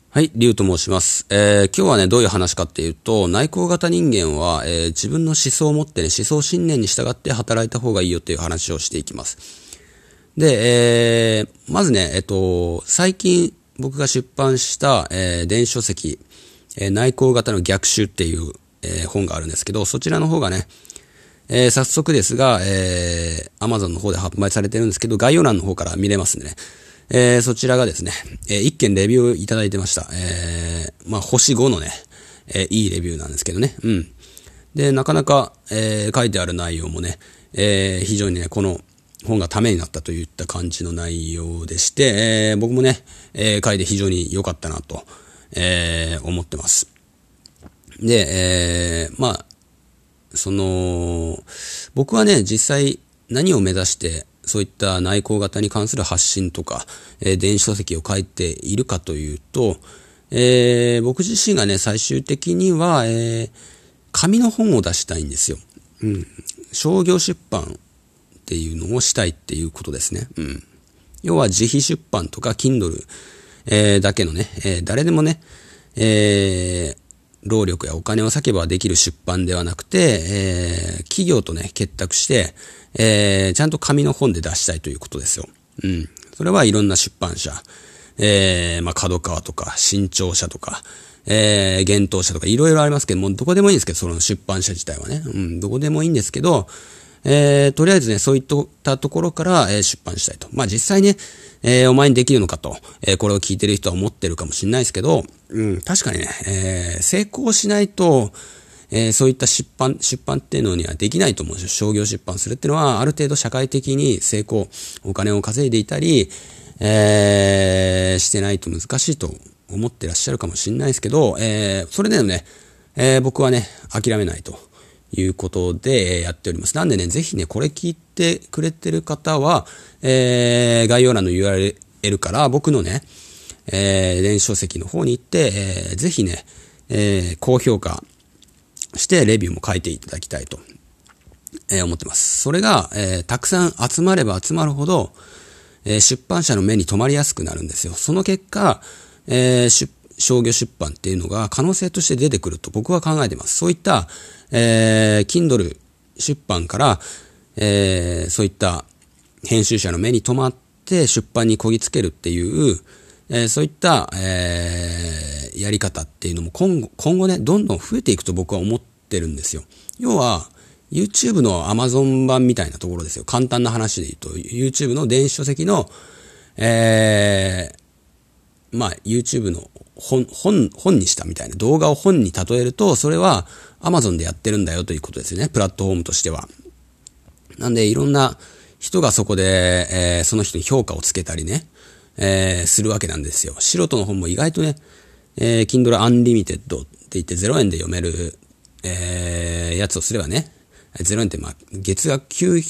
はい、リュウと申します。今日はね、どういう話かっていうと、内向型人間は、自分の思想を持ってね、思想信念に従って働いた方がいいよっていう話をしていきます。で、まずね、最近僕が出版した、電子書籍、内向型の逆襲っていう、本があるんですけど、そちらの方がね、早速ですが、Amazon の方で発売されてるんですけど、概要欄の方から見れますんでね。そちらがですね、一件レビューいただいてました。星5のね、いいレビューなんですけどね。うん。で、なかなか、書いてある内容もね、非常にね、この本がためになったといった感じの内容でして、僕もね、書いて非常に良かったなと、思ってます。で、僕はね、実際何を目指して、そういった内向型に関する発信とか、電子書籍を書いているかというと、僕自身がね、最終的には、紙の本を出したいんですよ。うん。商業出版っていうのをしたいっていうことですね。うん。要は自費出版とか Kindle、だけのね、誰でもね、労力やお金を割けばできる出版ではなくて、企業とね、結託して、ちゃんと紙の本で出したいということですよ。うん。それはいろんな出版社、角川とか、新潮社とか、幻冬社とかいろいろありますけども、どこでもいいんですけど、その出版社自体はね。うん、どこでもいいんですけど、とりあえずね、そういったところから、出版したいと。実際ね、お前にできるのかと、これを聞いてる人は思ってるかもしれないですけど、うん、確かにね、成功しないと、そういった出版っていうのにはできないと思うんですよ。商業出版するっていうのは、ある程度社会的に成功、お金を稼いでいたり、してないと難しいと思ってらっしゃるかもしれないですけど、それでもね、僕はね、諦めないということで、やっております。なんでね、ぜひね、これ聞いてくれてる方は、概要欄の URL から僕のね、電子書籍の方に行って、ぜひね、高評価してレビューも書いていただきたいと、思ってます。それが、たくさん集まれば集まるほど、出版社の目に留まりやすくなるんですよ。その結果、商業出版っていうのが可能性として出てくると僕は考えています。そういった、Kindle 出版から、そういった編集者の目に留まって出版にこぎつけるっていう、そういった、やり方っていうのも今後ね、どんどん増えていくと僕は思ってるんですよ。要は、YouTube の Amazon 版みたいなところですよ。簡単な話で言うと、YouTube の電子書籍の、YouTube の本にしたみたいな動画を本に例えると、それは Amazon でやってるんだよということですよね。プラットフォームとしては。なんで、いろんな人がそこで、その人に評価をつけたりね、するわけなんですよ。素人の本も意外とね、Kindle Unlimited って言って0円で読める、やつをすればね、0円って月額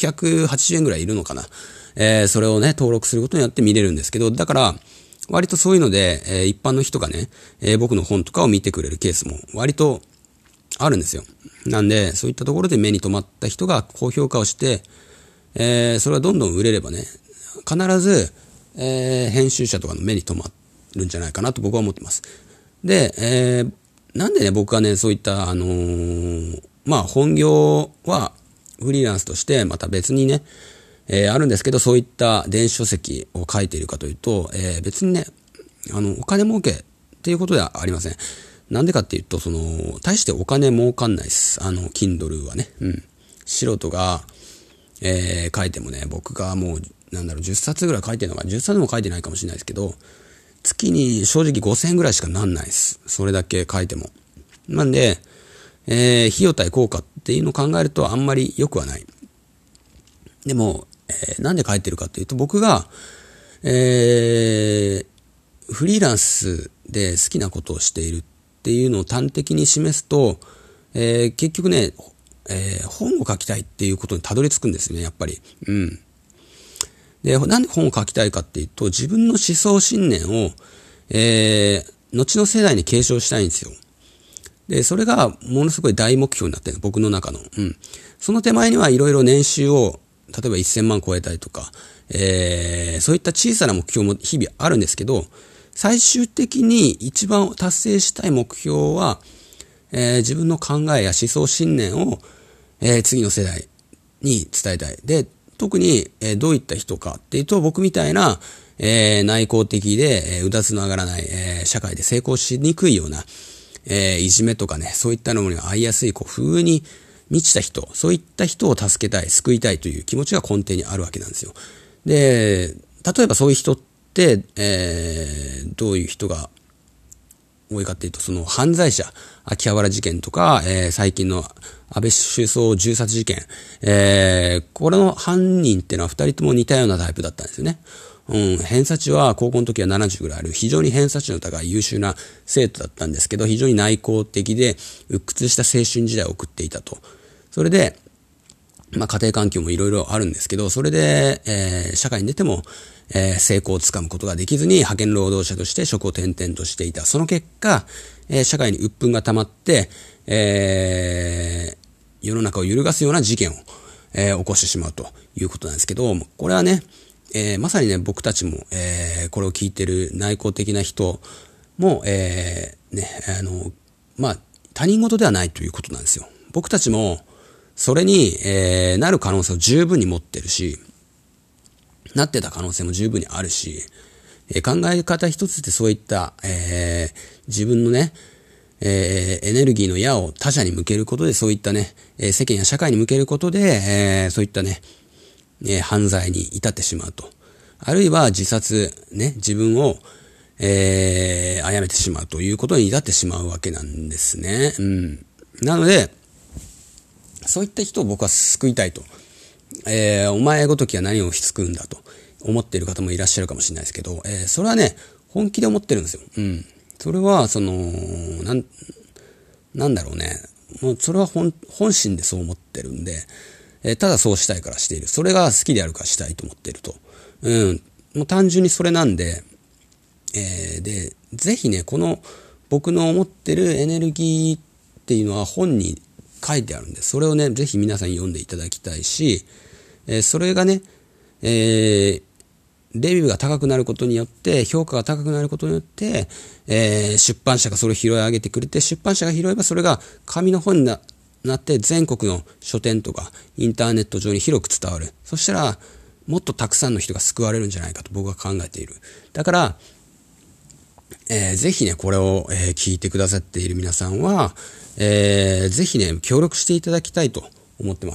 980円ぐらいいるのかな。それをね、登録することによって見れるんですけど、だから、割とそういうので、一般の人がね、僕の本とかを見てくれるケースも割とあるんですよ。なんで、そういったところで目に留まった人が高評価をして、それがどんどん売れればね、必ず、編集者とかの目に留まるんじゃないかなと僕は思ってます。で、なんでね、僕はね、そういった、本業はフリーランスとしてまた別にね、あるんですけど、そういった電子書籍を書いているかというと、別にね、お金儲けっていうことではありません。なんでかっていうと、大してお金儲かんないです。Kindle はね。うん。素人が、書いてもね、僕がもう、10冊ぐらい書いてるのか、10冊も書いてないかもしれないですけど、月に正直5000円ぐらいしかなんないです。それだけ書いても。なんで、費用対効果っていうのを考えるとあんまり良くはない。でも、なんで書いてるかっていうと、僕が、フリーランスで好きなことをしているっていうのを端的に示すと、結局ね、本を書きたいっていうことにたどり着くんですよね、やっぱり。うん。で、なんで本を書きたいかっていうと、自分の思想信念を、後の世代に継承したいんですよ。で、それがものすごい大目標になってる、僕の中の。うん。その手前にはいろいろ年収を、例えば1000万超えたりとか、そういった小さな目標も日々あるんですけど、 最終的に一番達成したい目標は、自分の考えや思想信念を、次の世代に伝えたい。で、特に、どういった人かっていうと、僕みたいな、内向的で、うだつの上がらない、社会で成功しにくいような、いじめとかね、そういったのに遭いやすい、不遇に満ちた人、そういった人を助けたい、救いたいという気持ちが根底にあるわけなんですよ。で、例えばそういう人って、どういう人が多いかっていうと、その犯罪者、秋葉原事件とか、最近の安倍首相銃殺事件、これの犯人っていうのは二人とも似たようなタイプだったんですよね。偏差値は高校の時は70ぐらいある、非常に偏差値の高い優秀な生徒だったんですけど、非常に内向的で、鬱屈した青春時代を送っていたと。それで、家庭環境もいろいろあるんですけど、それで、社会に出ても、成功をつかむことができずに派遣労働者として職を転々としていた。その結果、社会に鬱憤が溜まって、世の中を揺るがすような事件を、起こしてしまうということなんですけど、これはね、まさにね、僕たちも、これを聞いてる内向的な人も、他人事ではないということなんですよ。僕たちも、それに、なる可能性を十分に持ってるし、なってた可能性も十分にあるし、考え方一つでそういった、自分のね、エネルギーの矢を他者に向けることで、そういったね、世間や社会に向けることで、そういったね、犯罪に至ってしまうと。あるいは自殺、ね、自分を、殺めてしまうということに至ってしまうわけなんですね。なので、そういった人を僕は救いたいと。お前ごときは何を救うんだと思っている方もいらっしゃるかもしれないですけど、それはね、本気で思ってるんですよ。それは、なんだろうね。もうそれは本心でそう思ってるんで、ただそうしたいからしている。それが好きであるからしたいと思っていると。もう単純にそれなんで、で、ぜひね、この僕の思ってるエネルギーっていうのは本に書いてあるんで、それをね、ぜひ皆さんに読んでいただきたいし、それがね、レビューが高くなることによって、評価が高くなることによって、出版社がそれを拾い上げてくれて、出版社が拾えばそれが紙の本になって全国の書店とかインターネット上に広く伝わる。そしたら、もっとたくさんの人が救われるんじゃないかと僕は考えている。だから、ぜひね、これを、聞いてくださっている皆さんは、ぜひね、協力していただきたいと思ってます。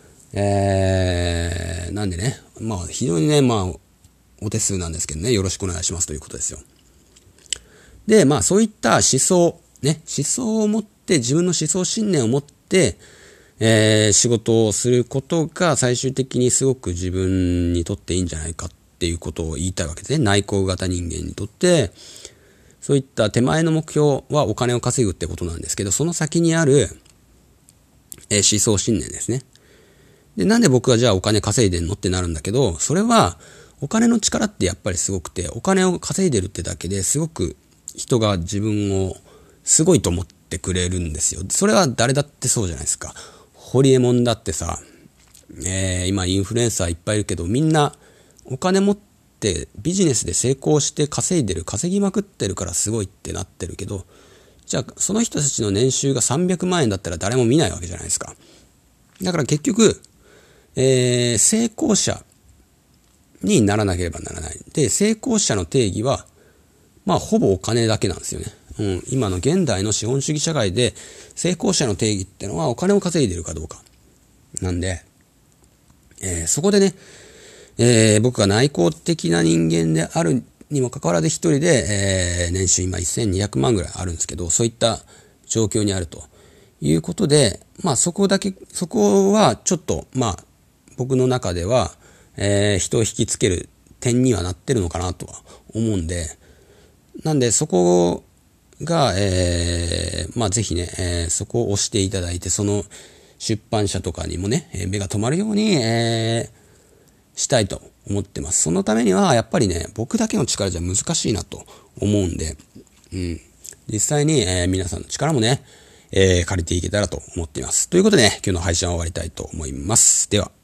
なんでね、非常にね、お手数なんですけどね、よろしくお願いしますということですよ。で、そういった思想を持って、自分の思想信念を持って、仕事をすることが最終的にすごく自分にとっていいんじゃないかっていうことを言いたいわけですね。内向型人間にとって、そういった手前の目標はお金を稼ぐってことなんですけど、その先にある、思想信念ですね。で、なんで僕がじゃあお金稼いでんのってなるんだけど、それはお金の力ってやっぱりすごくて、お金を稼いでるってだけですごく人が自分をすごいと思ってくれるんですよ。それは誰だってそうじゃないですか。ホリエモンだってさ、今インフルエンサーいっぱいいるけど、みんなお金持ってビジネスで成功して稼ぎまくってるからすごいってなってるけど、じゃあその人たちの年収が300万円だったら誰も見ないわけじゃないですか。だから結局、成功者にならなければならない。で、成功者の定義は、ほぼお金だけなんですよね。今の現代の資本主義社会で成功者の定義ってのはお金を稼いでいるかどうか。なんで、そこでね、僕が内向的な人間であるにもかかわらず一人で、年収今1200万ぐらいあるんですけど、そういった状況にあるということで、そこはちょっと、僕の中では、人を引きつける点にはなってるのかなとは思うんで、なんでそこが、ぜひね、そこを押していただいて、その出版社とかにもね、目が止まるように、したいと思ってます。そのためには、やっぱりね、僕だけの力じゃ難しいなと思うんで、実際に、皆さんの力もね、借りていけたらと思っています。ということでね、今日の配信は終わりたいと思います。では。